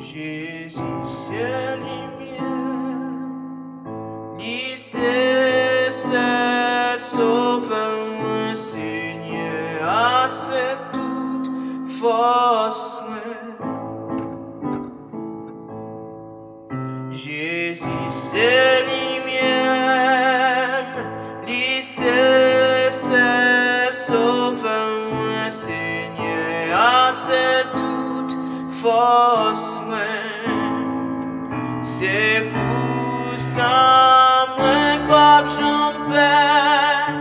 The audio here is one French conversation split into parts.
Jésus, c'est lumière, nécessaire, sauve-moi, Seigneur, à cette toute force. Jésus, c'est lumière, nécessaire, sauve-moi, Seigneur, à cette toute force. C'est pour ça, moi, pape, j'en perds.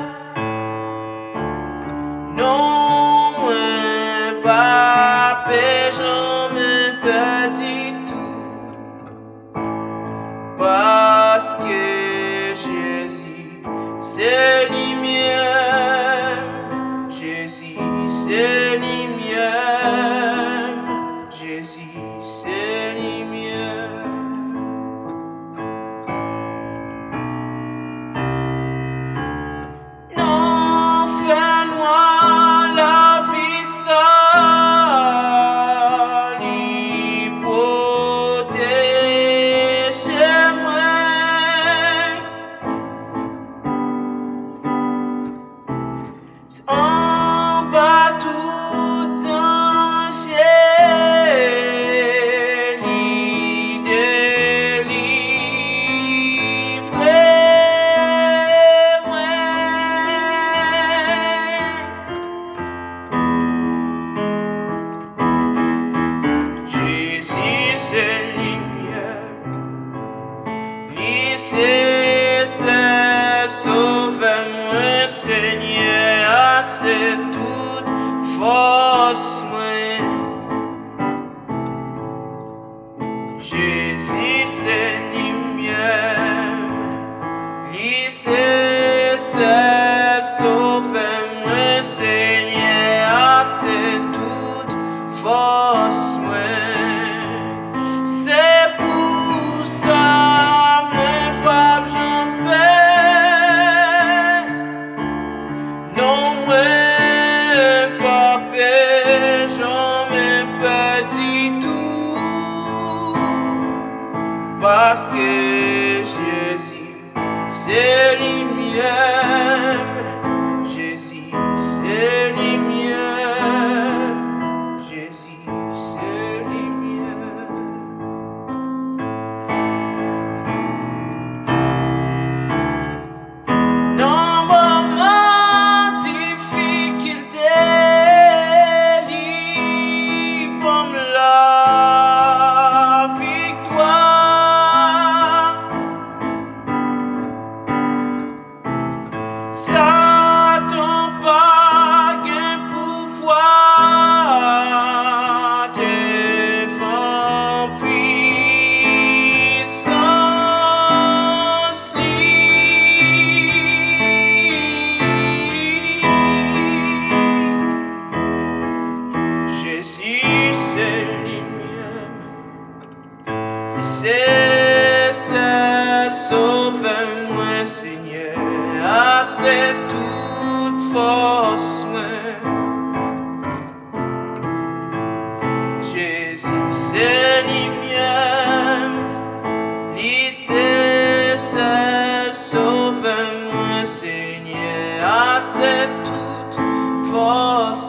Non, moi, pape, j'en me perds du tout. Parce que Jésus, c'est lumière. Jésus, c'est lumière. Jésus, c'est lumière. Non, fais-moi la vie seule, protège-moi. En bas tout danger, délivrez-moi. Jésus, c'est lumière, nécessaire, sauve-moi, Seigneur, à cette toute force. Jésus, c'est lumière, nécessaire, sauve-moi, Seigneur, à cette toute force. C'est pour ça, moi, pape, j'en perds. Non, moi, pape, j'en me perds du tout. Parce que Jésus, c'est lumière. Jésus, c'est lumière. Jésus, c'est lumière. Dans mon difficulté, libre la victoire. Satan pas gain pouvoir devant puissance Jésus, c'est lumière, nécessaire, sauve-moi, Seigneur, à cette toute force. Jésus, c'est lumière, nécessaire, sauve-moi, Seigneur, à cette toute force.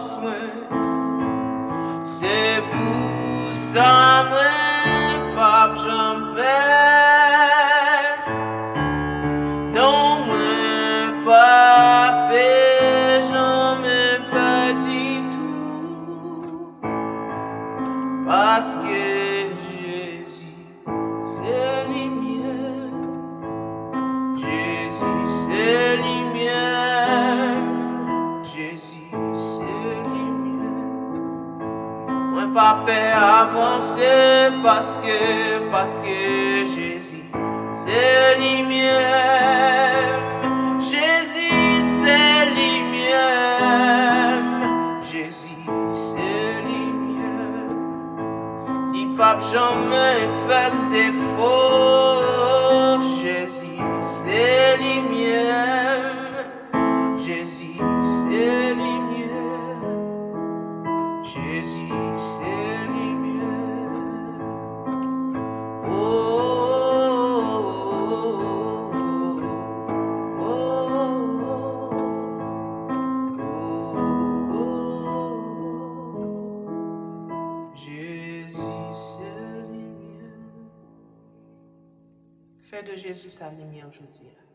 C'est pour ça, moi, pape, j'en perds. Non, moi, pape, j'en me perds du tout. Parce que Jésus, c'est lumière. Jésus, c'est lumière. Jésus, c'est lumière. Moi, pape, avancer parce que Jésus, c'est lumière. Jésus, c'est lumière. Jésus, c'est lumière. Les papes jamais fait défaut. Jésus, c'est lumière. Jésus, c'est lumière. Jésus, c'est lumière. Fais de Jésus sa lumière aujourd'hui.